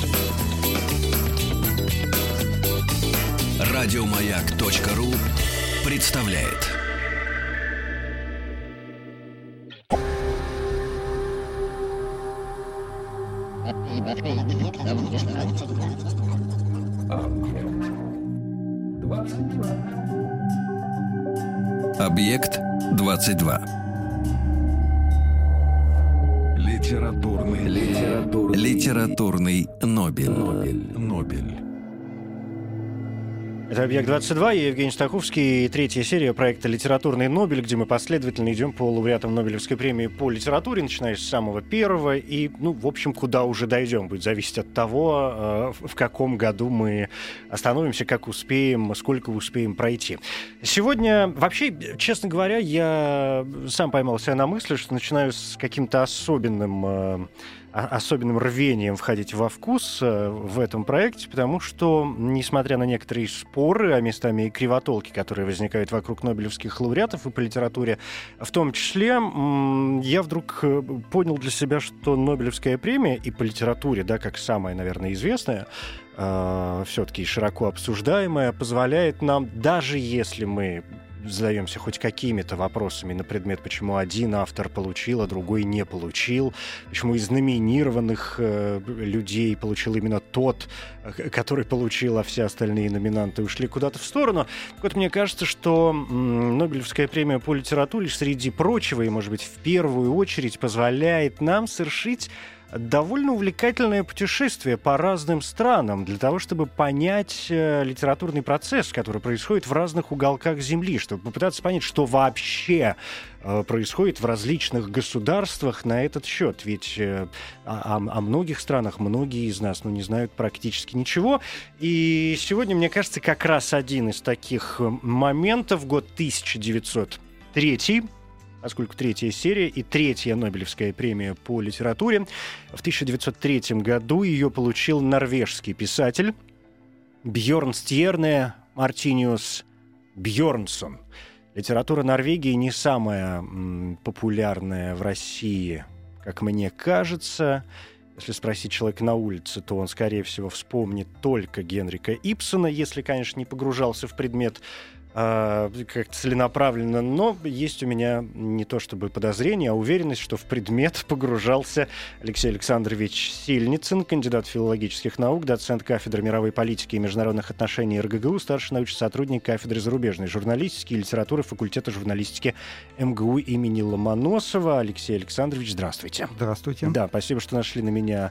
Радиомаяк.ру представляет. Объект 22. Литературный Нобель. Это «Объект-22», я Евгений Стаховский, и третья серия проекта «Литературный Нобель», где мы последовательно идем по лауреатам Нобелевской премии по литературе, начиная с самого первого, и, в общем, куда уже дойдем, будет зависеть от того, в каком году мы остановимся, как успеем, сколько успеем пройти. Сегодня, вообще, честно говоря, я сам поймал себя на мысли, что начинаю с каким-то особенным рвением входить во вкус в этом проекте, потому что, несмотря на некоторые споры, а местами и кривотолки, которые возникают вокруг нобелевских лауреатов и по литературе, в том числе, я вдруг понял для себя, что Нобелевская премия и по литературе, да, как самая, наверное, известная, все-таки широко обсуждаемая, позволяет нам, даже если мы задаемся хоть какими-то вопросами на предмет, почему один автор получил, а другой не получил, почему из номинированных людей получил именно тот, который получил, а все остальные номинанты ушли куда-то в сторону. Так вот, мне кажется, что Нобелевская премия по литературе, среди прочего, и, может быть, в первую очередь, позволяет нам совершить довольно увлекательное путешествие по разным странам для того, чтобы понять литературный процесс, который происходит в разных уголках Земли, чтобы попытаться понять, что вообще происходит в различных государствах на этот счет. Ведь о многих странах многие из нас не знают практически ничего. И сегодня, мне кажется, как раз один из таких моментов, год 1903, поскольку третья серия и третья Нобелевская премия по литературе. В 1903 году ее получил норвежский писатель Бьернстьерне Мартиниус Бьернсон. Литература Норвегии не самая популярная в России, как мне кажется. Если спросить человека на улице, то он, скорее всего, вспомнит только Генрика Ибсена, если, конечно, не погружался в предмет как-то целенаправленно, но есть у меня не то чтобы подозрение, а уверенность, что в предмет погружался Алексей Александрович Сильницын, кандидат филологических наук, доцент кафедры мировой политики и международных отношений РГГУ, старший научный сотрудник кафедры зарубежной журналистики и литературы факультета журналистики МГУ имени Ломоносова. Алексей Александрович, здравствуйте. Здравствуйте. Да, спасибо, что нашли на меня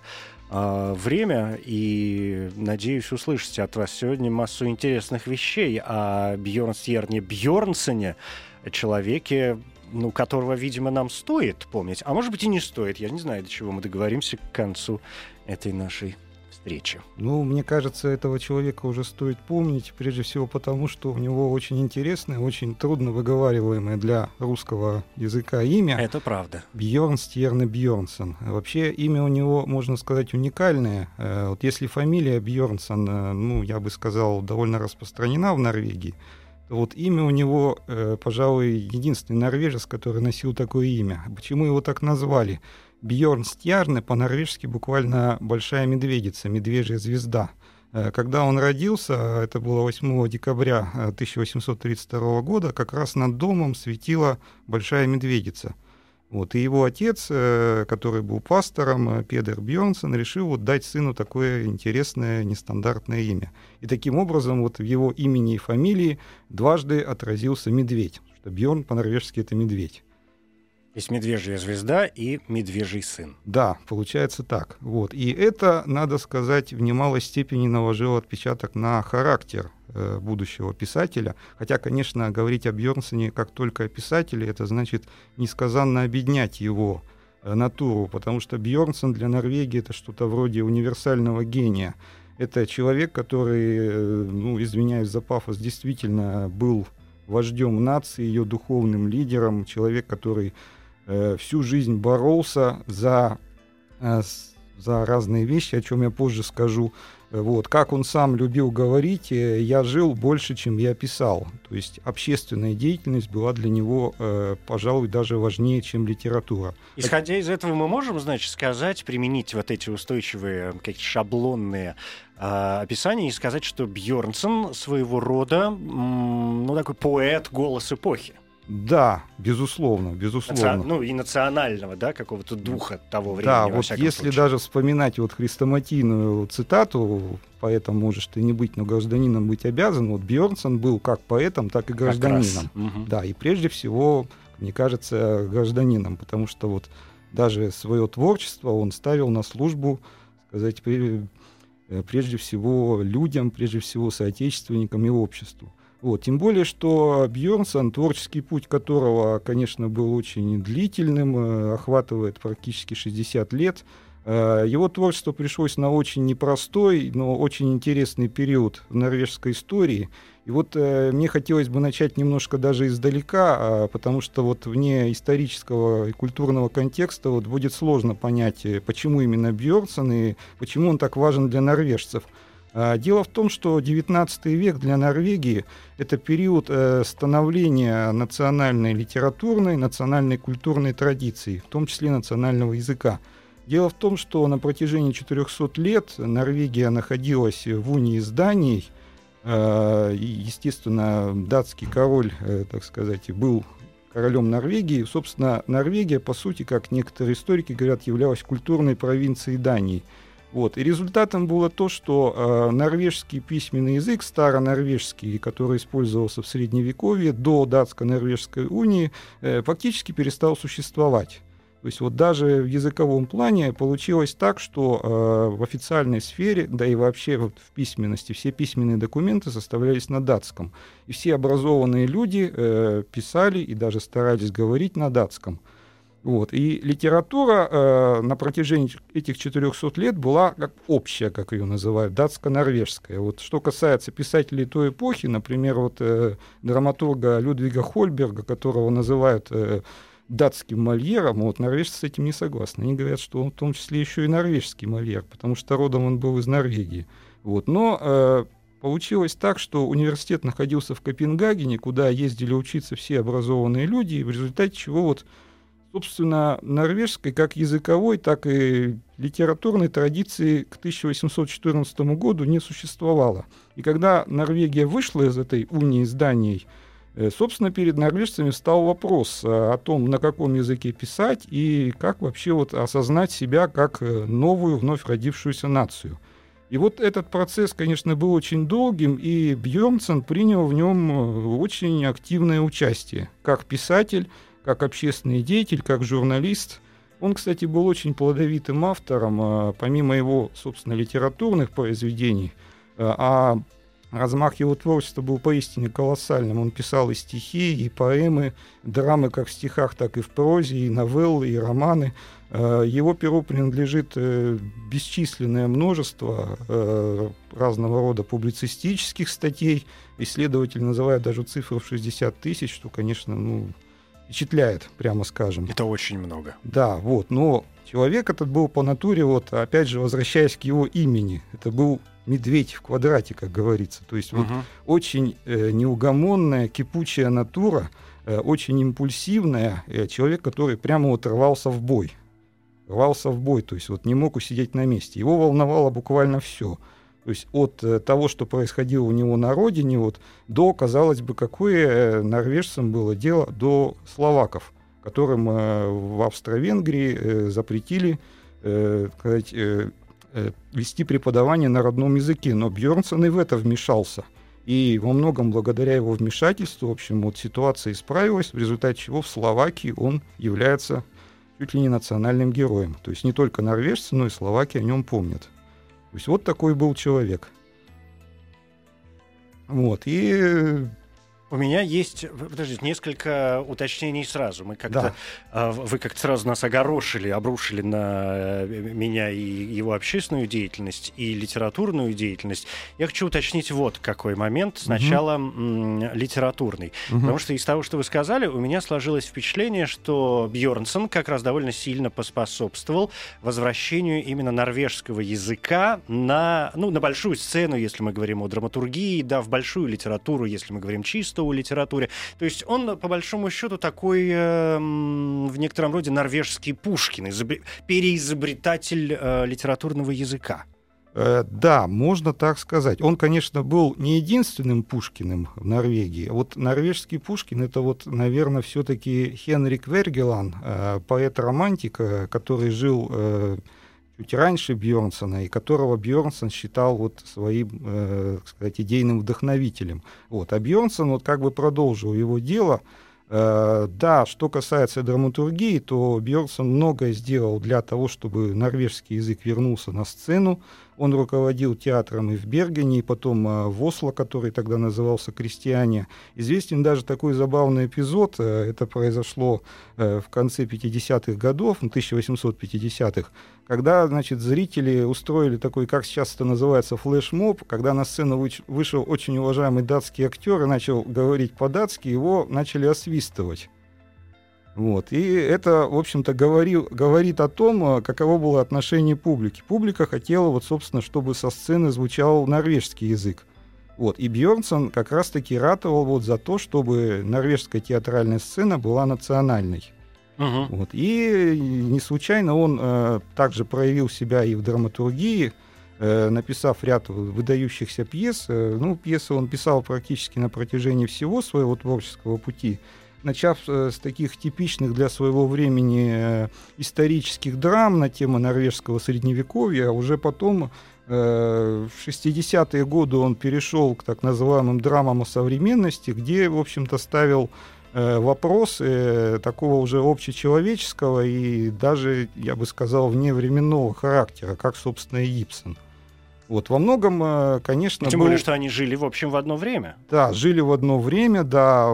время, и надеюсь услышать от вас сегодня массу интересных вещей о Бьернстьерне Бьернсоне, человеке, которого, видимо, нам стоит помнить, а может быть и не стоит. Я не знаю, до чего мы договоримся к концу этой нашей встречи. Мне кажется, этого человека уже стоит помнить, прежде всего потому, что у него очень интересное, очень трудно выговариваемое для русского языка имя. Это правда. Бьернстьерне Бьернсон. Вообще имя у него, можно сказать, уникальное. Вот если фамилия Бьернсон, я бы сказал, довольно распространена в Норвегии, то вот имя у него, пожалуй, единственный норвежец, который носил такое имя. Почему его так назвали? Бьернстьерне по-норвежски буквально «большая медведица», «медвежья звезда». Когда он родился, это было 8 декабря 1832 года, как раз над домом светила большая медведица. И его отец, который был пастором, Педер Бьернсон, решил дать сыну такое интересное, нестандартное имя. И таким образом в его имени и фамилии дважды отразился медведь, что Бьерн по-норвежски — это медведь. Есть «Медвежья звезда» и «Медвежий сын». Да, получается так. И это, надо сказать, в немалой степени наложило отпечаток на характер будущего писателя. Хотя, конечно, говорить о Бьернсоне как только о писателе, это значит несказанно обеднять его натуру, потому что Бьернсон для Норвегии — это что-то вроде универсального гения. Это человек, который, извиняюсь за пафос, действительно был вождем нации, ее духовным лидером, человек, который всю жизнь боролся за разные вещи, о чем я позже скажу. Вот, как он сам любил говорить, я жил больше, чем я писал. То есть общественная деятельность была для него, пожалуй, даже важнее, чем литература. Исходя из этого, мы можем, значит, сказать, применить вот эти устойчивые, какие-то шаблонные описания и сказать, что Бьёрнсон своего рода, такой поэт, голос эпохи. Да, безусловно. И национального, да, какого-то духа того времени. Да, вот если случае. Даже вспоминать вот хрестоматийную цитату «поэтом можешь ты не быть, но гражданином быть обязан», вот Бьёрнсон был как поэтом, так и гражданином. Да, и прежде всего, мне кажется, гражданином, потому что вот даже свое творчество он ставил на службу, сказать, прежде всего людям, прежде всего соотечественникам и обществу. Вот. Тем более, что Бьёрнсон, творческий путь которого, конечно, был очень длительным, охватывает практически 60 лет, его творчество пришлось на очень непростой, но очень интересный период в норвежской истории. И вот мне хотелось бы начать немножко даже издалека, потому что вот вне исторического и культурного контекста вот будет сложно понять, почему именно Бьёрнсон и почему он так важен для норвежцев. Дело в том, что XIX век для Норвегии — это период становления национальной литературной, национальной культурной традиции, в том числе национального языка. Дело в том, что на протяжении 400 лет Норвегия находилась в унии с Данией. Естественно, датский король, так сказать, был королем Норвегии. Собственно, Норвегия, по сути, как некоторые историки говорят, являлась культурной провинцией Дании. Вот. И результатом было то, что норвежский письменный язык, старонорвежский, который использовался в Средневековье до датско-норвежской унии, фактически перестал существовать. То есть вот даже в языковом плане получилось так, что в официальной сфере, да и вообще вот в письменности, все письменные документы составлялись на датском. И все образованные люди писали и даже старались говорить на датском. Вот. И литература на протяжении этих 400 лет была как общая, как ее называют, датско-норвежская. Вот. Что касается писателей той эпохи, например, вот, драматурга Людвига Хольберга, которого называют датским Мольером, вот, норвежцы с этим не согласны. Они говорят, что он в том числе еще и норвежский Мольер, потому что родом он был из Норвегии. Вот. Но получилось так, что университет находился в Копенгагене, куда ездили учиться все образованные люди, и в результате чего вот собственно, норвежской как языковой, так и литературной традиции к 1814 году не существовало. И когда Норвегия вышла из этой унии с Данией, собственно, перед норвежцами встал вопрос о том, на каком языке писать и как вообще вот осознать себя как новую, вновь родившуюся нацию. И вот этот процесс, конечно, был очень долгим, и Бьёрнсон принял в нем очень активное участие, как писатель, как общественный деятель, как журналист. Он, кстати, был очень плодовитым автором, помимо его, собственно, литературных произведений, а размах его творчества был поистине колоссальным. Он писал и стихи, и поэмы, драмы как в стихах, так и в прозе, и новеллы, и романы. Его перу принадлежит бесчисленное множество разного рода публицистических статей. Исследователи называют даже цифру в 60 тысяч, что, конечно, впечатляет, прямо скажем. Это очень много. Да, вот. Но человек этот был по натуре, вот, опять же, возвращаясь к его имени, это был медведь в квадрате, как говорится. То есть вот, очень неугомонная, кипучая натура, очень импульсивная, человек, который прямо вот рвался в бой. То есть вот не мог усидеть на месте. Его волновало буквально все. То есть от того, что происходило у него на родине, вот, до, казалось бы, какое норвежцам было дело до словаков, которым в Австро-Венгрии запретили вести преподавание на родном языке. Но Бьёрнсон и в это вмешался. И во многом благодаря его вмешательству, в общем, вот ситуация исправилась, в результате чего в Словакии он является чуть ли не национальным героем. То есть не только норвежцы, но и словаки о нем помнят. То есть вот такой был человек. Вот. И У меня есть, подождите, несколько уточнений сразу. Вы как-то сразу нас обрушили на меня и его общественную деятельность, и литературную деятельность. Я хочу уточнить вот какой момент. Сначала литературный. Потому что из того, что вы сказали, у меня сложилось впечатление, что Бьёрнсон как раз довольно сильно поспособствовал возвращению именно норвежского языка на большую сцену, если мы говорим о драматургии, да, в большую литературу, если мы говорим чисто о литературе. То есть он, по большому счету, такой в некотором роде норвежский Пушкин, переизобретатель литературного языка. Да, можно так сказать. Он, конечно, был не единственным Пушкиным в Норвегии. Вот норвежский Пушкин — это наверное, все-таки Хенрик Вергелан, поэт-романтик, который жил чуть раньше Бьёрнсона, и которого Бьёрнсон считал своим, так сказать, идейным вдохновителем. А Бьёрнсон продолжил его дело. Да, что касается драматургии, то Бьёрнсон многое сделал для того, чтобы норвежский язык вернулся на сцену. Он руководил театром и в Бергене, и потом в Осло, который тогда назывался «Крестьяне». Известен даже такой забавный эпизод. Это произошло в конце 50-х годов, 1850-х, когда, зрители устроили такой, как сейчас это называется, флешмоб, когда на сцену вышел очень уважаемый датский актер и начал говорить по-датски, его начали освистывать. И это, в общем-то, говорит о том, каково было отношение публики. Публика хотела, собственно, чтобы со сцены звучал норвежский язык. И Бьёрнсон как раз-таки ратовал за то, чтобы норвежская театральная сцена была национальной. И не случайно он также проявил себя и в драматургии, написав ряд выдающихся пьес. Пьесы он писал практически на протяжении всего своего творческого пути, начав с таких типичных для своего времени исторических драм на тему норвежского средневековья, а уже потом в 60-е годы он перешел к так называемым драмам о современности, где, в общем-то, ставил вопросы такого уже общечеловеческого и даже, я бы сказал, вневременного характера, как, собственно, и Ибсен. Во многом, конечно... Тем более, что они жили, в общем, в одно время. Да, жили в одно время, да,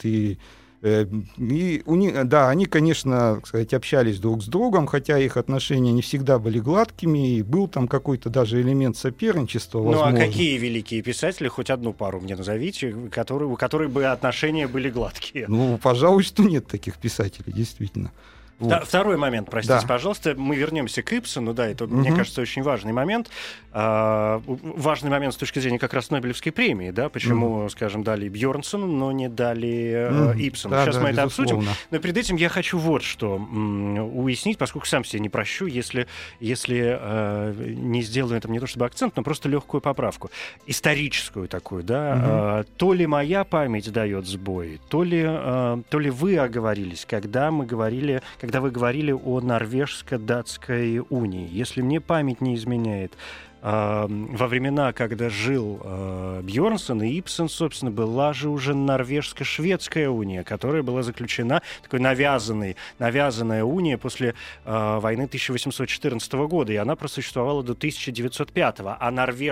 и они, конечно, так сказать, общались друг с другом, хотя их отношения не всегда были гладкими, и был там какой-то даже элемент соперничества, возможно. А какие великие писатели, хоть одну пару мне назовите, у которых бы отношения были гладкие? Пожалуй, что нет таких писателей, действительно. Второй момент, простите, пожалуйста. Мы вернемся к Ибсену. Да, это, мне кажется, очень важный момент. Важный момент с точки зрения как раз Нобелевской премии. Да? Почему, скажем, дали Бьёрнсону, но не дали Ибсену. Сейчас мы это обсудим. Но перед этим я хочу вот что уяснить, поскольку сам себе не прощу, если не сделаю это не то чтобы акцент, но просто легкую поправку. Историческую такую. Да? То ли моя память дает сбой, то ли вы оговорились, когда вы говорили о норвежско-датской унии. Если мне память не изменяет, во времена, когда жил Бьёрнсон и Ибсен, собственно, была же уже норвежско-шведская уния, которая была заключена, такой навязанная уния после войны 1814 года, и она просуществовала до 1905, а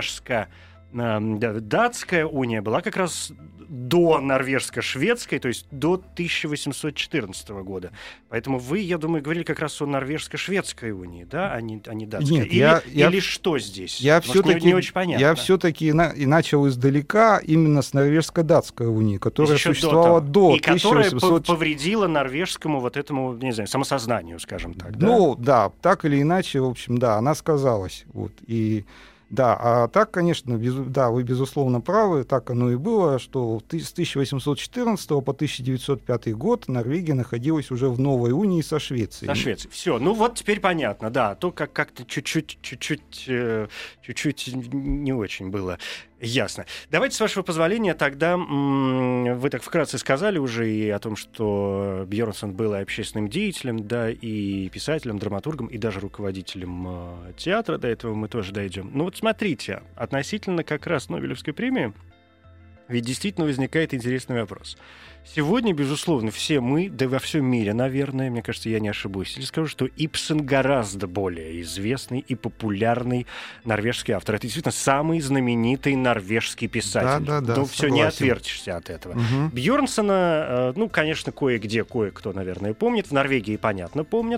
датская уния была как раз до норвежско-шведской, то есть до 1814 года. Поэтому вы, я думаю, говорили как раз о норвежско-шведской унии, да, а не датской. Нет, или что здесь? Я все-таки не очень понятно. Я все-таки и начал издалека именно с норвежско-датской унии, которая существовала до 1800... И которая повредила норвежскому этому, не знаю, самосознанию, скажем так. Да, так или иначе, в общем, да, она сказалась. И да, а так, конечно, вы, безусловно, правы, так оно и было, что с 1814 по 1905 год Норвегия находилась уже в новой унии со Швецией. Со Швецией. Все, теперь понятно, да, то как-то чуть-чуть не очень было ясно. Давайте, с вашего позволения, тогда вы так вкратце сказали уже и о том, что Бьёрнсон был и общественным деятелем, да, и писателем, драматургом, и даже руководителем театра. До этого мы тоже дойдем. Смотрите, относительно как раз Нобелевской премии, Ведь действительно возникает интересный вопрос. Сегодня, безусловно, все мы, да и во всем мире, наверное, мне кажется, я не ошибусь, если скажу, что Ибсен гораздо более известный и популярный норвежский автор. Это действительно самый знаменитый норвежский писатель. Да, Ну, все, не отвертишься от этого. Бьернсона, конечно, кое-где, кое-кто, наверное, помнит. В Норвегии, понятно, помнят.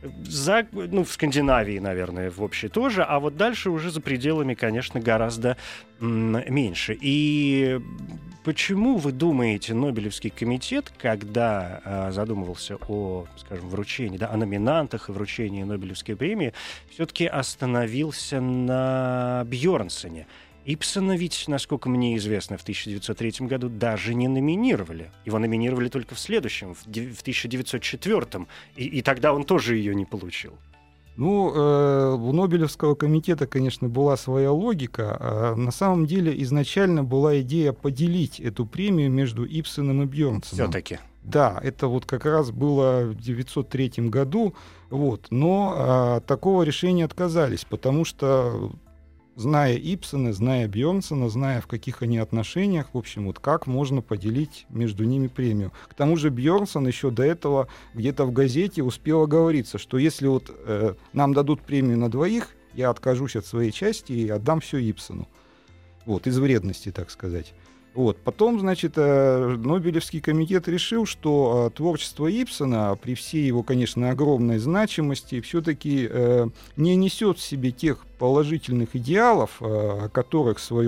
В Скандинавии, наверное, в общей тоже. А вот дальше уже за пределами, конечно, гораздо меньше. И почему, вы думаете, Нобелевский комитет, когда задумывался о, скажем, вручении, о номинантах и вручении Нобелевской премии, все-таки остановился на Бьернсоне? Ибсена ведь, насколько мне известно, в 1903 году даже не номинировали. Его номинировали только в следующем, в 1904. И тогда он тоже ее не получил. У Нобелевского комитета, конечно, была своя логика. На самом деле изначально была идея поделить эту премию между Ибсеном и Бьернсоном. Все-таки. Да, это вот как раз было в 1903 году. Но такого решения отказались, потому что, зная Ибсена, зная Бьернсона, зная, в каких они отношениях, в общем, как можно поделить между ними премию. К тому же Бьернсон еще до этого где-то в газете успел оговориться, что если нам дадут премию на двоих, я откажусь от своей части и отдам все Ибсену. Из вредности, так сказать. Потом, Нобелевский комитет решил, что творчество Ибсена, при всей его, конечно, огромной значимости, все-таки не несет в себе тех положительных идеалов, которыми в свое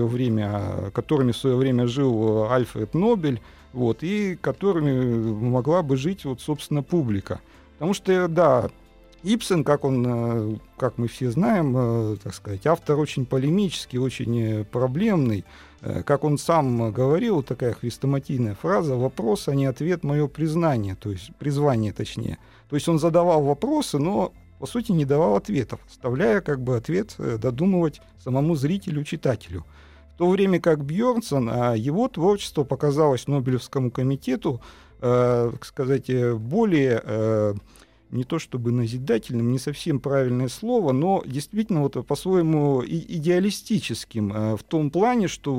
время жил Альфред Нобель, и которыми могла бы жить, собственно, публика. Потому что, да, Ибсен, как мы все знаем, так сказать, автор очень полемический, очень проблемный. Как он сам говорил, такая хрестоматийная фраза: «Вопрос, а не ответ, мое признание», то есть призвание, точнее. То есть он задавал вопросы, но, по сути, не давал ответов, оставляя ответ додумывать самому зрителю, читателю. В то время как Бьернсон, его творчество показалось Нобелевскому комитету, так сказать, более... не то чтобы назидательным, не совсем правильное слово, но действительно по-своему идеалистическим, в том плане, что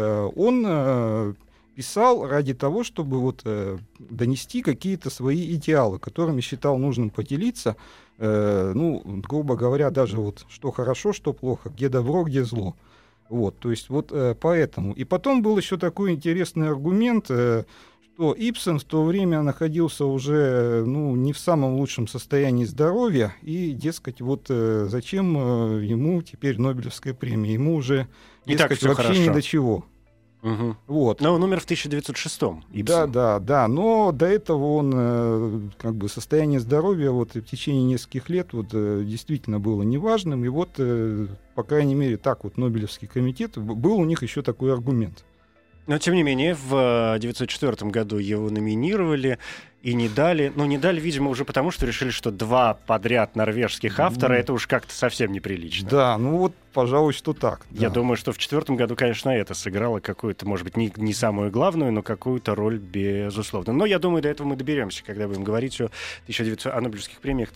он писал ради того, чтобы донести какие-то свои идеалы, которыми считал нужным поделиться, грубо говоря, даже что хорошо, что плохо, где добро, где зло. То есть поэтому. И потом был еще такой интересный аргумент, что Ибсен в то время находился уже не в самом лучшем состоянии здоровья, и, дескать, зачем ему теперь Нобелевская премия? Ему уже, дескать, вообще хорошо. Ни до чего. Угу. Но он умер в 1906-м. Да, но до этого он, состояние здоровья в течение нескольких лет действительно было неважным, и по крайней мере, так Нобелевский комитет, был у них еще такой аргумент. Но, тем не менее, в 1904 году его номинировали и не дали. Не дали, видимо, уже потому, что решили, что два подряд норвежских автора — это уж как-то совсем неприлично. Да, пожалуй, что так. Я думаю, что в 2004 году, конечно, это сыграло какую-то, может быть, не самую главную, но какую-то роль, безусловно. Но я думаю, до этого мы доберемся, когда будем говорить о Нобелевских премиях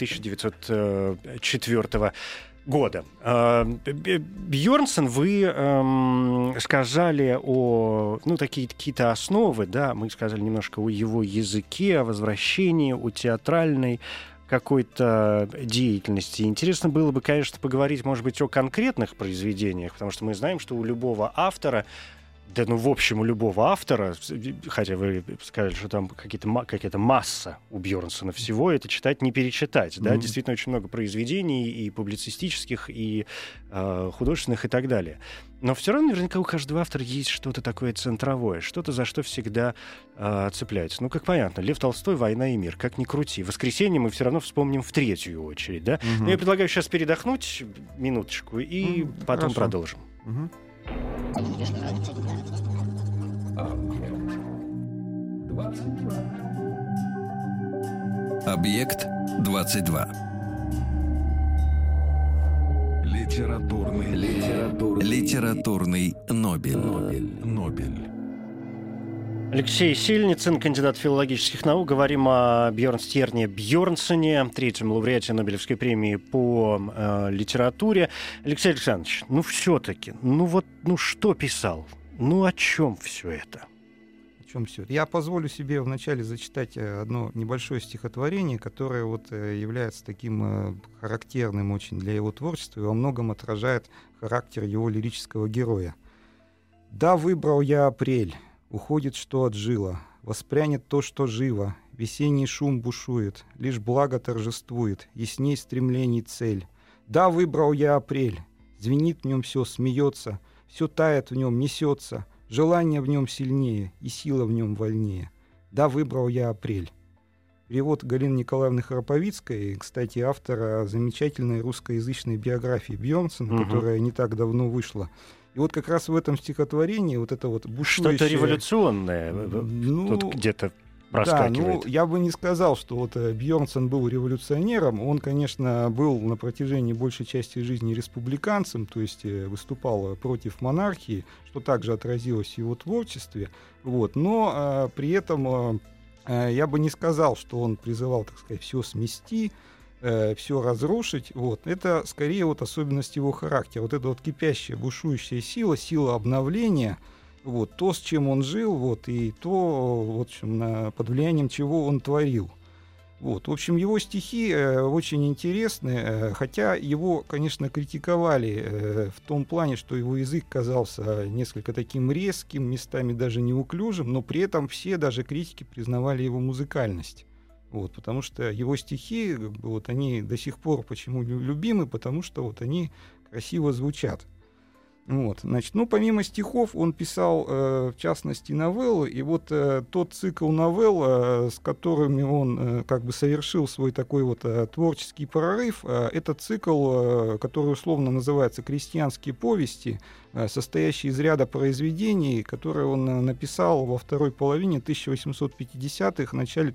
1904 года. Бьернсон, вы сказали о какие-то основы, да, мы сказали немножко о его языке, о возвращении, о театральной какой-то деятельности. Интересно было бы, конечно, поговорить, может быть, о конкретных произведениях, потому что мы знаем, что у любого автора, в общем, у любого автора, хотя вы сказали, что там какая-то масса у Бьернсона всего, это читать, не перечитать. Да? Действительно, очень много произведений, и публицистических, и художественных, и так далее. Но все равно, наверняка, у каждого автора есть что-то такое центровое, что-то, за что всегда цепляется. Как понятно, Лев Толстой «Война и мир», как ни крути. «Воскресенье» мы все равно вспомним в третью очередь. Да? Но я предлагаю сейчас передохнуть минуточку, и потом продолжим. Объект 22. Литературный Нобель. Алексей Сильницын, кандидат филологических наук. Говорим о Бьернстьерне Бьернсоне, третьем лауреате Нобелевской премии по литературе. Алексей Александрович, все-таки, что писал? Ну, о чем все это? О чем все? Я позволю себе вначале зачитать одно небольшое стихотворение, которое вот является таким характерным очень для его творчества и во многом отражает характер его лирического героя. «Да, выбрал я апрель, уходит, что отжило, воспрянет то, что живо, весенний шум бушует, лишь благо торжествует, ясней стремлений цель. Да, выбрал я апрель, звенит в нем все, смеется, все тает в нем, несется, желание в нем сильнее и сила в нем вольнее. Да, выбрал я апрель». Перевод Галины Николаевны Храповицкой, кстати, автора замечательной русскоязычной биографии Бьернсона, которая не так давно вышла. И вот как раз в этом стихотворении вот это вот бушующее... Что-то революционное тут где-то проскакивает. Да, я бы не сказал, что вот Бьернсон был революционером. Он, конечно, был на протяжении большей части жизни республиканцем, то есть выступал против монархии, что также отразилось в его творчестве. Вот. Но при этом я бы не сказал, что он призывал, так сказать, все смести, все разрушить. Вот. Это скорее вот особенность его характера. Вот эта вот кипящая, бушующая сила, сила обновления, вот, то, с чем он жил, вот, и то, вот, в общем, под влиянием чего он творил. Вот. В общем, его стихи очень интересны, хотя его, конечно, критиковали в том плане, что его язык казался несколько таким резким, местами даже неуклюжим, но при этом все, даже критики, признавали его музыкальность. Вот, потому что его стихи, вот, они до сих пор почему любимы, потому что вот, они красиво звучат. Вот, значит, ну, помимо стихов он писал, в частности, новеллы, и вот тот цикл новелл, с которыми он как бы совершил свой такой вот творческий прорыв, это цикл, который условно называется «Крестьянские повести», состоящий из ряда произведений, которые он написал во второй половине 1850-х, начале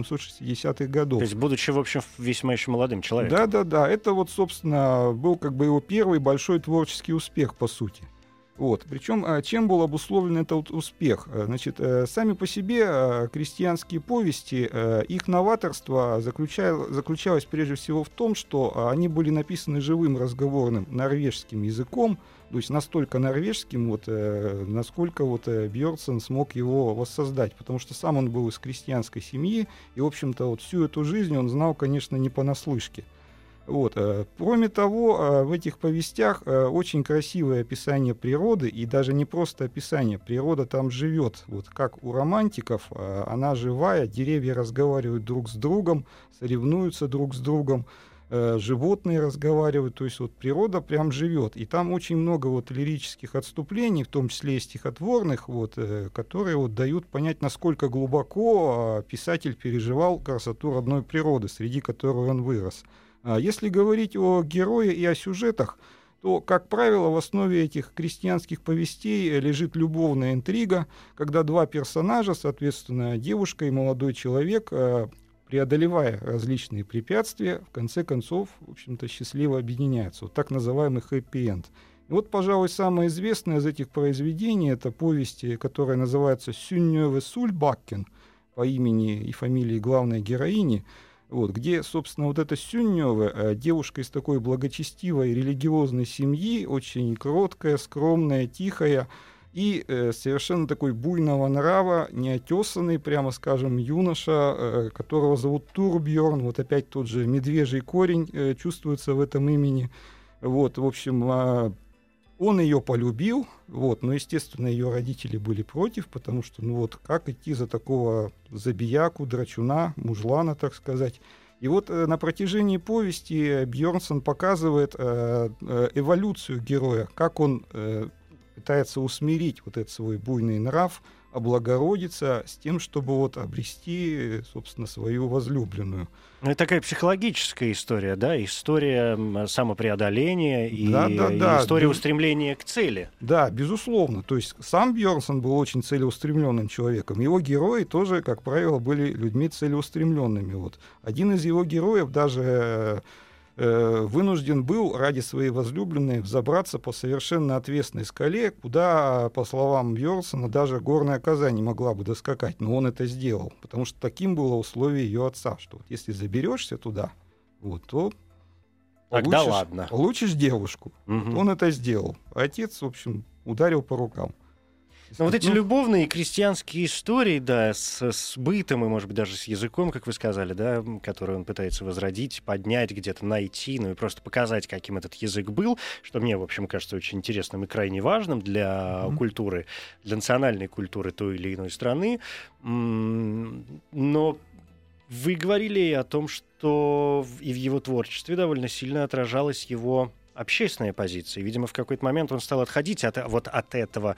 1860-х годов. То есть, будучи, в общем, весьма еще молодым человеком. Да-да-да, это вот, собственно, был как бы его первый большой творческий успех, по сути. Вот. Причем, чем был обусловлен этот успех? Значит, сами по себе крестьянские повести, их новаторство заключалось прежде всего в том, что они были написаны живым разговорным норвежским языком, то есть настолько норвежским, вот, насколько вот, Бьернсон смог его воссоздать, потому что сам он был из крестьянской семьи, и, в общем-то, вот всю эту жизнь он знал, конечно, не понаслышке. Вот. Кроме того, в этих повестях очень красивое описание природы, и даже не просто описание, природа там живет, вот как у романтиков, она живая, деревья разговаривают друг с другом, соревнуются друг с другом, животные разговаривают, то есть вот природа прям живет, и там очень много вот лирических отступлений, в том числе и стихотворных, вот, которые вот дают понять, насколько глубоко писатель переживал красоту родной природы, среди которой он вырос. Если говорить о герое и о сюжетах, то, как правило, в основе этих крестьянских повестей лежит любовная интрига, когда два персонажа, соответственно, девушка и молодой человек, преодолевая различные препятствия, в конце концов, в общем-то, счастливо объединяются. Вот так называемый хэппи-энд. И вот, пожалуй, самое известное из этих произведений — это повесть, которая называется «Сюннёве Сульбаккен» по имени и фамилии главной героини, вот, где, собственно, вот эта Сюннёве, девушка из такой благочестивой религиозной семьи, очень кроткая, скромная, тихая, и совершенно такой буйного нрава, неотесанный, прямо скажем, юноша, которого зовут Турбьерн, вот опять тот же медвежий корень чувствуется в этом имени. Вот, в общем, он ее полюбил, вот, но, естественно, ее родители были против, потому что, ну вот, как идти за такого забияку, драчуна, мужлана, так сказать. И вот на протяжении повести Бьернсон показывает эволюцию героя, как он пытается усмирить вот этот свой буйный нрав, облагородиться с тем, чтобы вот обрести, собственно, свою возлюбленную. Ну, это такая психологическая история, да? История самопреодоления и история устремления к цели. Да, безусловно. То есть сам Бьернсон был очень целеустремленным человеком. Его герои тоже, как правило, были людьми целеустремленными. Вот. Один из его героев даже вынужден был ради своей возлюбленной взобраться по совершенно отвесной скале, куда, по словам Бьернсона, даже горная коза не могла бы доскакать, но он это сделал, потому что таким было условие ее отца, что вот если заберешься туда, вот, то получишь девушку. Угу. Он это сделал. Отец, в общем, ударил по рукам. Но вот эти любовные крестьянские истории, да, с бытом и, может быть, даже с языком, как вы сказали, да, который он пытается возродить, поднять, где-то найти, ну и просто показать, каким этот язык был, что мне, в общем, кажется очень интересным и крайне важным для культуры, для национальной культуры той или иной страны. Но вы говорили о том, что и в его творчестве довольно сильно отражалась его общественная позиция. Видимо, в какой-то момент он стал отходить от этого,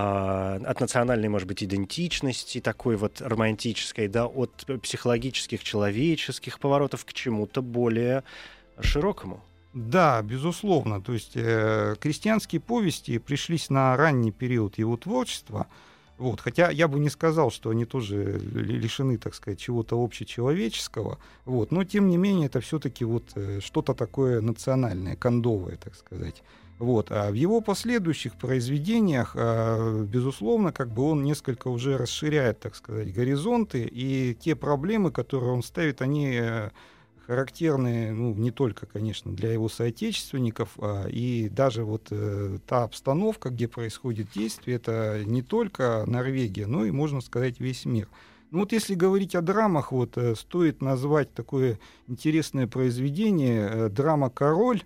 от национальной, может быть, идентичности, такой вот романтической, да, от психологических, человеческих поворотов к чему-то более широкому. Да, безусловно. То есть крестьянские повести пришлись на ранний период его творчества. Вот. Хотя я бы не сказал, что они тоже лишены, так сказать, чего-то общечеловеческого. Вот. Но, тем не менее, это все-таки вот что-то такое национальное, кондовое, так сказать. Вот. А в его последующих произведениях, безусловно, как бы он несколько уже расширяет, так сказать, горизонты. И те проблемы, которые он ставит, они характерны, ну, не только, конечно, для его соотечественников, и даже вот та обстановка, где происходит действие, это не только Норвегия, но и, можно сказать, весь мир. Ну вот если говорить о драмах, вот стоит назвать такое интересное произведение «Драма «Король».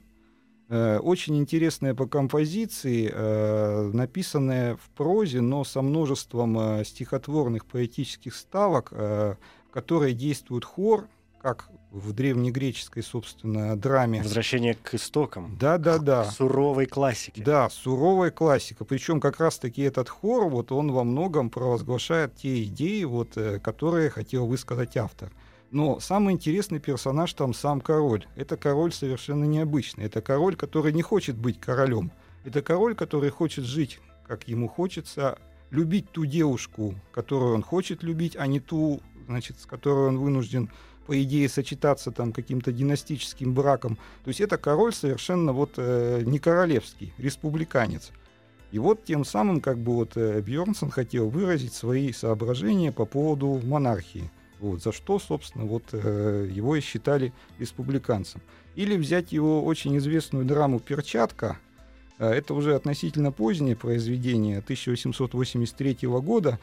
Очень интересная по композиции, написанная в прозе, но со множеством стихотворных поэтических ставок, в которой действует хор, как в древнегреческой, собственно, драме. Возвращение к истокам. Да. К суровой классике. Да, суровая классика. Причем как раз-таки этот хор, вот он во многом провозглашает те идеи, вот, которые хотел высказать автор. Но самый интересный персонаж там сам король. Это король совершенно необычный. Это король, который не хочет быть королем. Это король, который хочет жить, как ему хочется, любить ту девушку, которую он хочет любить, а не ту, значит, с которой он вынужден, по идее, сочетаться там каким-то династическим браком. То есть это король совершенно вот не королевский, республиканец. И вот тем самым как бы вот Бьернсон хотел выразить свои соображения по поводу монархии. Вот, за что, собственно, вот его и считали республиканцем. Или взять его очень известную драму «Перчатка». Это уже относительно позднее произведение 1883 года.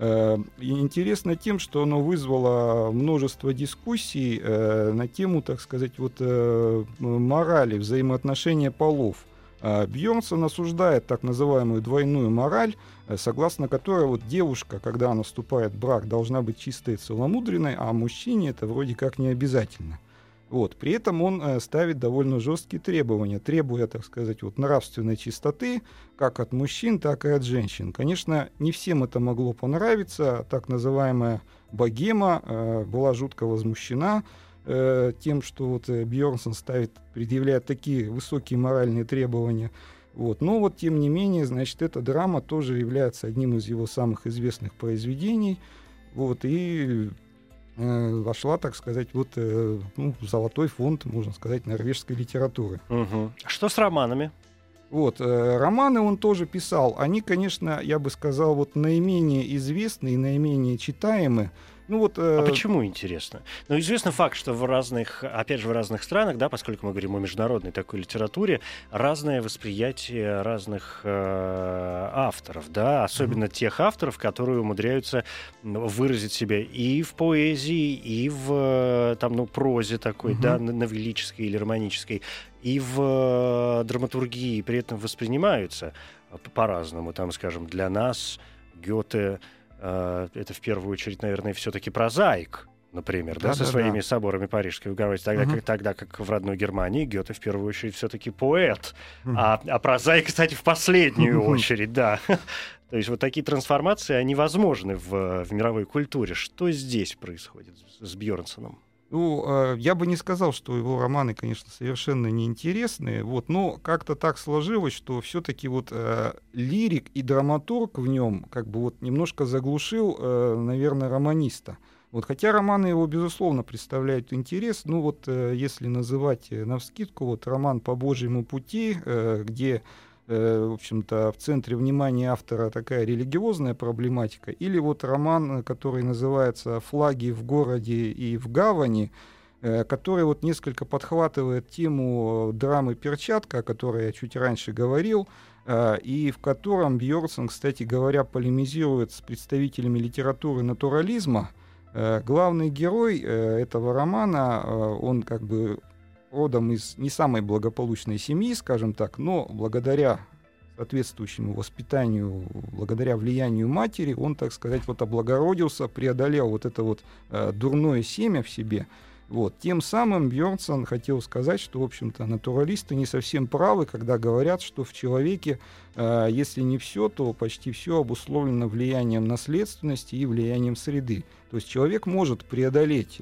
И интересно тем, что оно вызвало множество дискуссий на тему, так сказать, вот, морали, взаимоотношения полов. Бьернсон осуждает так называемую двойную мораль, согласно которой вот девушка, когда она вступает в брак, должна быть чистой и целомудренной, а мужчине это вроде как не обязательно. Вот. При этом он ставит довольно жесткие требования, требуя, так сказать, вот, нравственной чистоты как от мужчин, так и от женщин. Конечно, не всем это могло понравиться. Так называемая богема была жутко возмущена тем, что вот Бьернсон предъявляет такие высокие моральные требования. Вот. Но вот, тем не менее, значит, эта драма тоже является одним из его самых известных произведений. Вот. И вошла, так сказать, вот, в золотой фонд, можно сказать, норвежской литературы. Угу. Что с романами? Вот, романы он тоже писал. Они, конечно, я бы сказал, вот наименее известны и наименее читаемы. Ну, вот, А почему, интересно? Ну, известный факт, что в разных, опять же, в разных странах, да, поскольку мы говорим о международной такой литературе, разное восприятие разных авторов, да, особенно тех авторов, которые умудряются выразить себя и в поэзии, и в там, ну, прозе такой, да, новеллической или романической, и в драматургии, при этом воспринимаются по-разному. Там, скажем, для нас Гёте это в первую очередь, наверное, все-таки прозаик, например, да, со своими соборами Парижской уговорки, тогда как в родной Германии Гёте в первую очередь все-таки поэт, а прозаик, кстати, в последнюю очередь, да. То есть вот такие трансформации, они возможны в мировой культуре. Что здесь происходит с Бьернсоном? Ну, я бы не сказал, что его романы, конечно, совершенно неинтересные, вот, но как-то так сложилось, что все-таки вот лирик и драматург в нем как бы вот немножко заглушил, наверное, романиста. Вот, хотя романы его, безусловно, представляют интерес, ну вот если называть навскидку, вот роман «По Божьему пути», где в общем-то, в центре внимания автора такая религиозная проблематика, или вот роман, который называется «Флаги в городе и в гавани», который вот несколько подхватывает тему драмы «Перчатка», о которой я чуть раньше говорил, и в котором Бьернсон, кстати говоря, полемизирует с представителями литературы натурализма. Главный герой этого романа, он как бы родом из не самой благополучной семьи, скажем так, но благодаря соответствующему воспитанию, благодаря влиянию матери, он, так сказать, вот облагородился, преодолел вот это вот дурное семя в себе. Вот. Тем самым Бьернсон хотел сказать, что, в общем-то, натуралисты не совсем правы, когда говорят, что в человеке, если не все, то почти все обусловлено влиянием наследственности и влиянием среды. То есть человек может преодолеть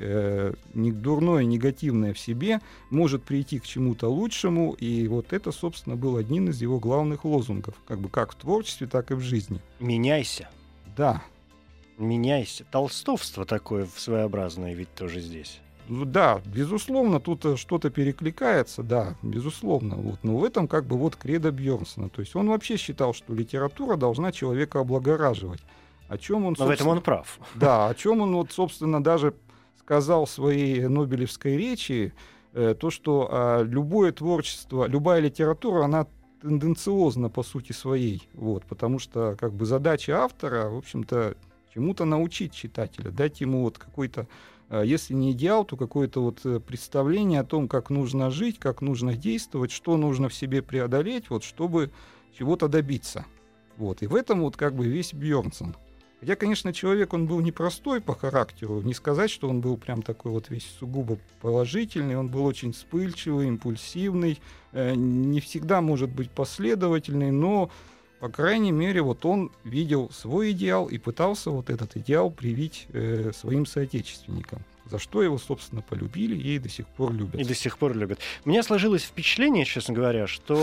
дурное, негативное в себе, может прийти к чему-то лучшему, и вот это, собственно, был один из его главных лозунгов, как в творчестве, так и в жизни. Меняйся. Да. Меняйся. Толстовство такое своеобразное ведь тоже здесь. Да, безусловно, тут что-то перекликается, да, безусловно. Вот. Но в этом как бы вот кредо Бьернсона. То есть он вообще считал, что литература должна человека облагораживать. О чем он, но в этом он прав. Да, о чем он, вот, собственно, даже сказал в своей Нобелевской речи, то, что любое творчество, любая литература, она тенденциозна по сути своей. Вот, потому что как бы задача автора, в общем-то, чему-то научить читателя, дать ему вот какой-то, если не идеал, то какое-то вот представление о том, как нужно жить, как нужно действовать, что нужно в себе преодолеть, вот, чтобы чего-то добиться. Вот. И в этом вот как бы весь Бьернсон. Хотя, конечно, человек, он был непростой по характеру, не сказать, что он был прям такой вот весь сугубо положительный, он был очень вспыльчивый, импульсивный, не всегда может быть последовательный, но, по крайней мере, вот он видел свой идеал и пытался вот этот идеал привить своим соотечественникам, за что его, собственно, полюбили и до сих пор любят. И до сих пор любят. У меня сложилось впечатление, честно говоря,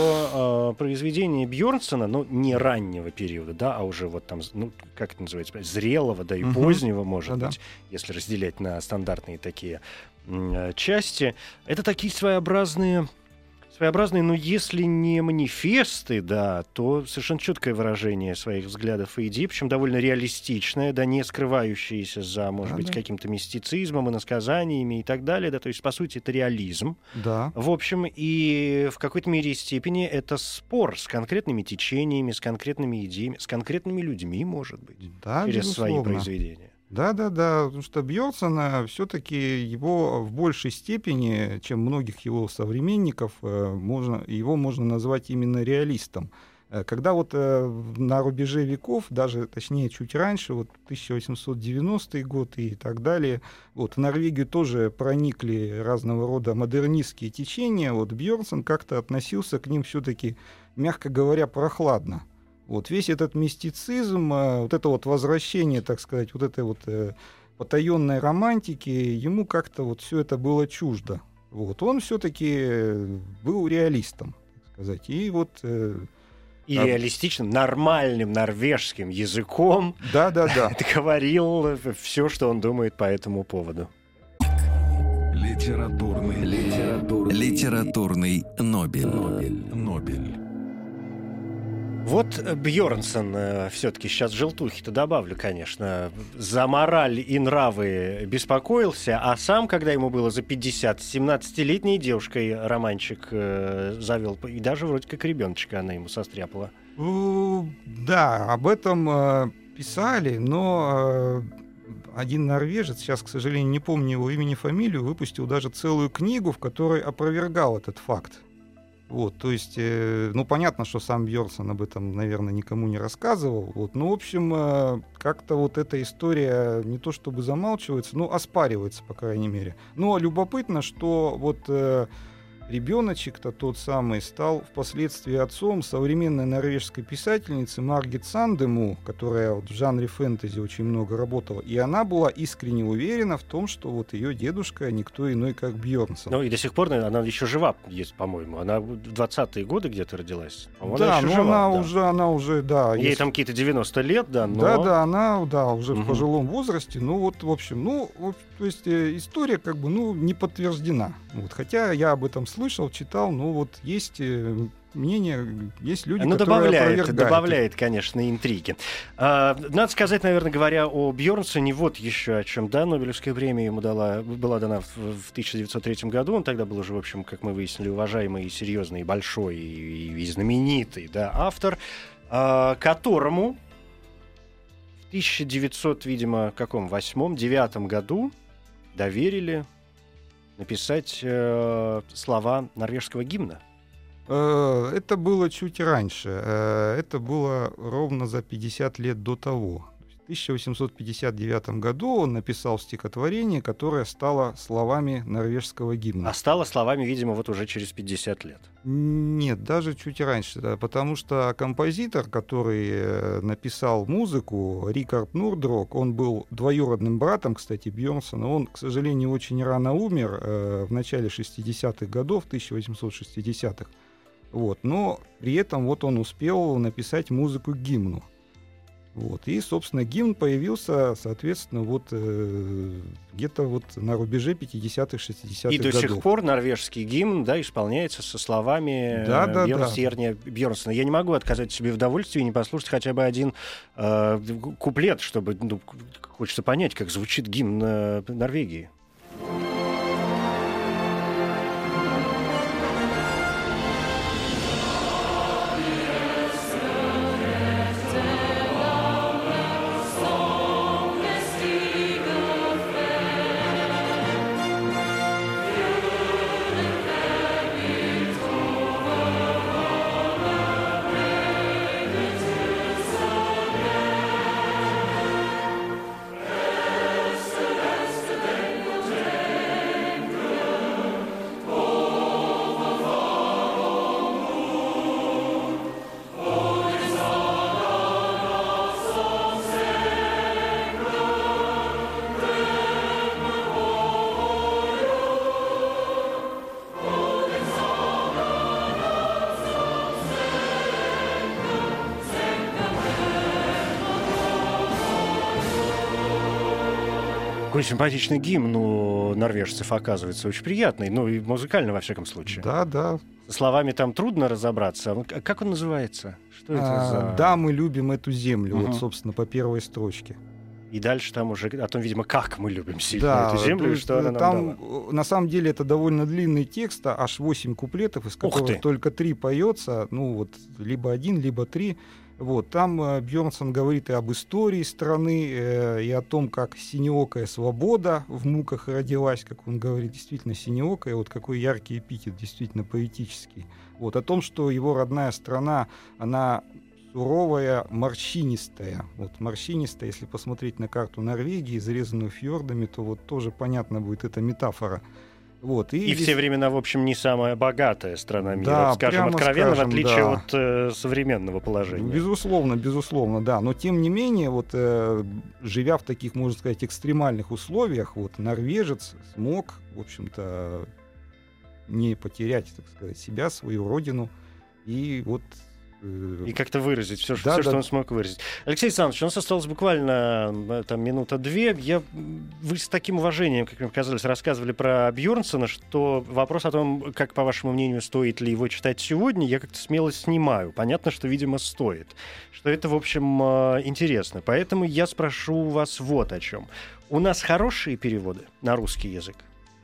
что произведение Бьернсона, ну, не раннего периода, да, а уже вот там, ну, как это называется, зрелого, да, и позднего, может быть, если разделять на стандартные такие части, это такие своеобразные, но если не манифесты, да, то совершенно четкое выражение своих взглядов и идей, причем довольно реалистичное, да, не скрывающееся за, может быть, каким-то мистицизмом, иносказаниями и так далее, да, то есть, по сути, это реализм. Да. В общем, и в какой-то мере и степени это спор с конкретными течениями, с конкретными идеями, с конкретными людьми, может быть, да, через безусловно. свои произведения. Да, потому что Бьернсона все-таки его в большей степени, чем многих его современников, его можно назвать именно реалистом. Когда вот на рубеже веков, даже точнее чуть раньше, вот 1890 год и так далее, вот в Норвегию тоже проникли разного рода модернистские течения, вот Бьернсон как-то относился к ним все-таки, мягко говоря, прохладно. Вот весь этот мистицизм, вот это вот возвращение, так сказать, вот этой вот потаенной романтики, ему как-то вот все это было чуждо. Вот он все-таки был реалистом, так сказать, и вот и реалистичным, нормальным норвежским языком говорил все, что он думает по этому поводу. Литературный Нобель. Вот Бьернсон все-таки сейчас желтухи-то добавлю, конечно, за мораль и нравы беспокоился, а сам, когда ему было за 50, с 17-летней девушкой романчик завел, и даже вроде как ребеночка она ему состряпала. Да, об этом писали, но один норвежец, сейчас, к сожалению, не помню его имени, фамилию, выпустил даже целую книгу, в которой опровергал этот факт. Вот, то есть, ну, понятно, что сам Бьернсон об этом, наверное, никому не рассказывал. Вот, но, в общем, как-то вот эта история не то чтобы замалчивается, но оспаривается, по крайней мере. Но любопытно, что вот ребеночек-то тот самый стал впоследствии отцом современной норвежской писательницы Маргит Сандему, которая вот в жанре фэнтези очень много работала. И она была искренне уверена в том, что вот ее дедушка никто иной, как Бьернсон. Ну и до сих пор она еще жива есть, по-моему. Она в 20-е годы где-то родилась. Да, но она уже, да. Ей там какие-то 90 лет, да, но... Да, она уже в пожилом возрасте. Ну вот, в общем, то есть история как бы, не подтверждена. Вот, хотя я об этом слышал, читал, но вот есть мнение, есть люди, Ну, которые опровергают. добавляет, конечно, интриги. Надо сказать, наверное, говоря о Бьернсоне, вот еще о чем. Да, Нобелевская премия ему была дана в 1903 году. Он тогда был уже, в общем, как мы выяснили, уважаемый, серьезный, большой и знаменитый, да, автор, которому в 1900, видимо, каком, 8-9 году доверили написать слова норвежского гимна. Это было чуть раньше. Это было ровно за 50 лет до того. В 1859 году он написал стихотворение, которое стало словами норвежского гимна. А стало словами, видимо, вот уже через 50 лет. Нет, даже чуть раньше, да, потому что композитор, который написал музыку, Рикард Нордрок, он был двоюродным братом, кстати, Бьернсона. Он, к сожалению, очень рано умер в начале 60-х годов, 1860-х. Вот. Но при этом вот он успел написать музыку к гимну. Вот. И, собственно, гимн появился, соответственно, вот где-то вот на рубеже 50-х, 60-х годов. И до сих пор норвежский гимн, да, исполняется со словами Бьернсона. Бьернсона. Я не могу отказать себе в удовольствии не послушать хотя бы один куплет, чтобы хочется понять, как звучит гимн Норвегии. Какой симпатичный гимн у норвежцев, оказывается, очень приятный, ну и музыкально, во всяком случае. Да, да. Со словами там трудно разобраться. Как он называется? Что это за... Да, мы любим эту землю, вот, собственно, по первой строчке. И дальше там уже о том, видимо, как мы любим сильно эту землю, и что она нам там, дала. На самом деле, это довольно длинный текст, аж 8 куплетов, из которых только 3 поется, ну вот, либо 1, либо 3. Вот, там Бьернсон говорит и об истории страны, и о том, как синеокая свобода в муках родилась, как он говорит, действительно синеокая, вот какой яркий эпитет, действительно поэтический. Вот, о том, что его родная страна, она суровая, морщинистая. Вот, морщинистая, если посмотреть на карту Норвегии, зарезанную фьордами, то вот тоже понятно будет эта метафора. Вот, и в те времена, в общем, не самая богатая страна мира, да, скажем откровенно, в отличие да. от современного положения. Безусловно, да. Но тем не менее, вот, живя в таких, можно сказать, экстремальных условиях, вот, норвежец смог, в общем-то, не потерять, так сказать, себя, свою родину, и вот... И как-то выразить все, что он смог выразить. Алексей Александрович, у нас осталось буквально там, минута-две. Вы с таким уважением, как мне казалось, рассказывали про Бьернсона, что вопрос о том, как, по вашему мнению, стоит ли его читать сегодня, я как-то смело снимаю. Понятно, что, видимо, стоит. Что это, в общем, интересно. Поэтому я спрошу вас вот о чем. У нас хорошие переводы на русский язык?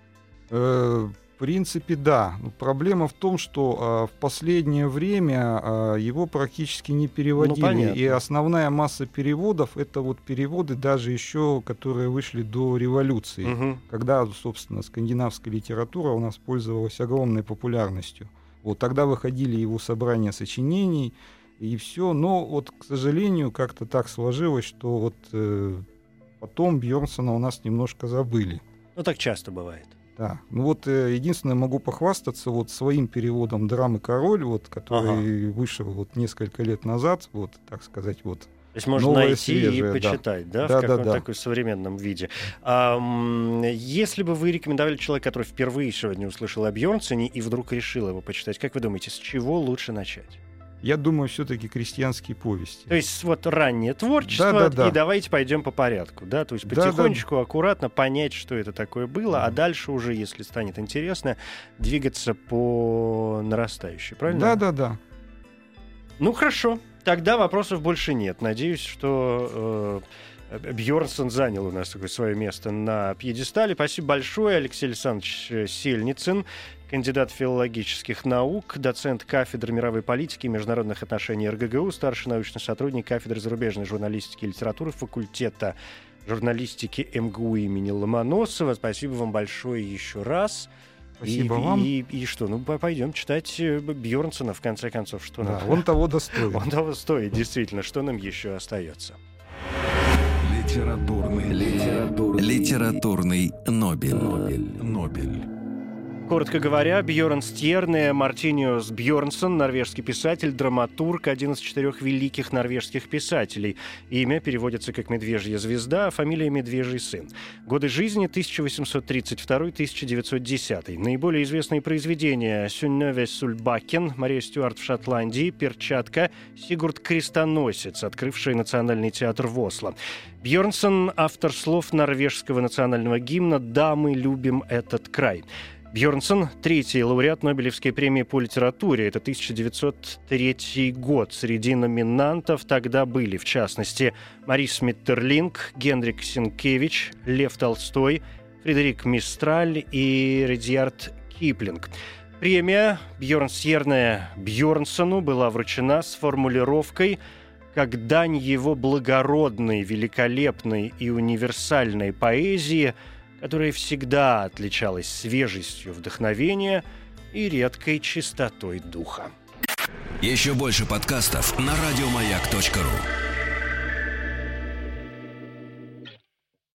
В принципе, да. Проблема в том, что в последнее время его практически не переводили. Ну, и основная масса переводов — это вот переводы даже еще, которые вышли до революции, когда, собственно, скандинавская литература у нас пользовалась огромной популярностью. Вот тогда выходили его собрания сочинений и все. Но вот, к сожалению, как-то так сложилось, что вот потом Бьернсона у нас немножко забыли. Ну, так часто бывает. Да. Ну вот единственное, могу похвастаться вот своим переводом драмы «Король», вот, который вышел вот несколько лет назад, вот, так сказать, вот. То есть можно новое, найти свежее, и почитать, да, да, в каком-то да. таком современном виде. Если бы вы рекомендовали человеку, который впервые сегодня услышал о Бьернсоне и вдруг решил его почитать, как вы думаете, с чего лучше начать? я думаю, все-таки крестьянские повести. То есть вот раннее творчество, и давайте пойдем по порядку, да? То есть потихонечку, аккуратно понять, что это такое было, а дальше уже, если станет интересно, двигаться по нарастающей, правильно? Да. Ну, хорошо. Тогда вопросов больше нет. Надеюсь, что Бьернсон занял у нас такое свое место на пьедестале. Спасибо большое, Алексей Александрович Сельницын, кандидат филологических наук, доцент кафедры мировой политики и международных отношений РГГУ, старший научный сотрудник кафедры зарубежной журналистики и литературы факультета журналистики МГУ имени Ломоносова. Спасибо вам большое еще раз. Спасибо вам. И что? Ну, пойдем читать Бьернсона, в конце концов. Что нам... Он того достоин. Он того стоит, действительно. Что нам еще остается? Литературный Нобель. Коротко говоря, Бьерн Стьерне Мартиниус Бьернсон, норвежский писатель, драматург, один из 4 великих норвежских писателей. Имя переводится как «Медвежья звезда», а фамилия «Медвежий сын». Годы жизни 1832-1910. Наиболее известные произведения: «Сюннёве Сульбакен», «Мария Стюарт в Шотландии», «Перчатка», «Сигурд Крестоносец», открывший Национальный театр в Осло. Бьернсон — автор слов норвежского национального гимна «Да, мы любим этот край». Бьернсон — 3-й лауреат Нобелевской премии по литературе. Это 1903 год. Среди номинантов тогда были, в частности, Марис Миттерлинг, Генрик Сенкевич, Лев Толстой, Фредерик Мистраль и Редьярд Киплинг. Премия Бьерн Стьерне Бьернсону была вручена с формулировкой как дань его благородной, великолепной и универсальной поэзии, которая всегда отличалась свежестью вдохновения и редкой чистотой духа. Еще больше подкастов на радиомаяк.ру.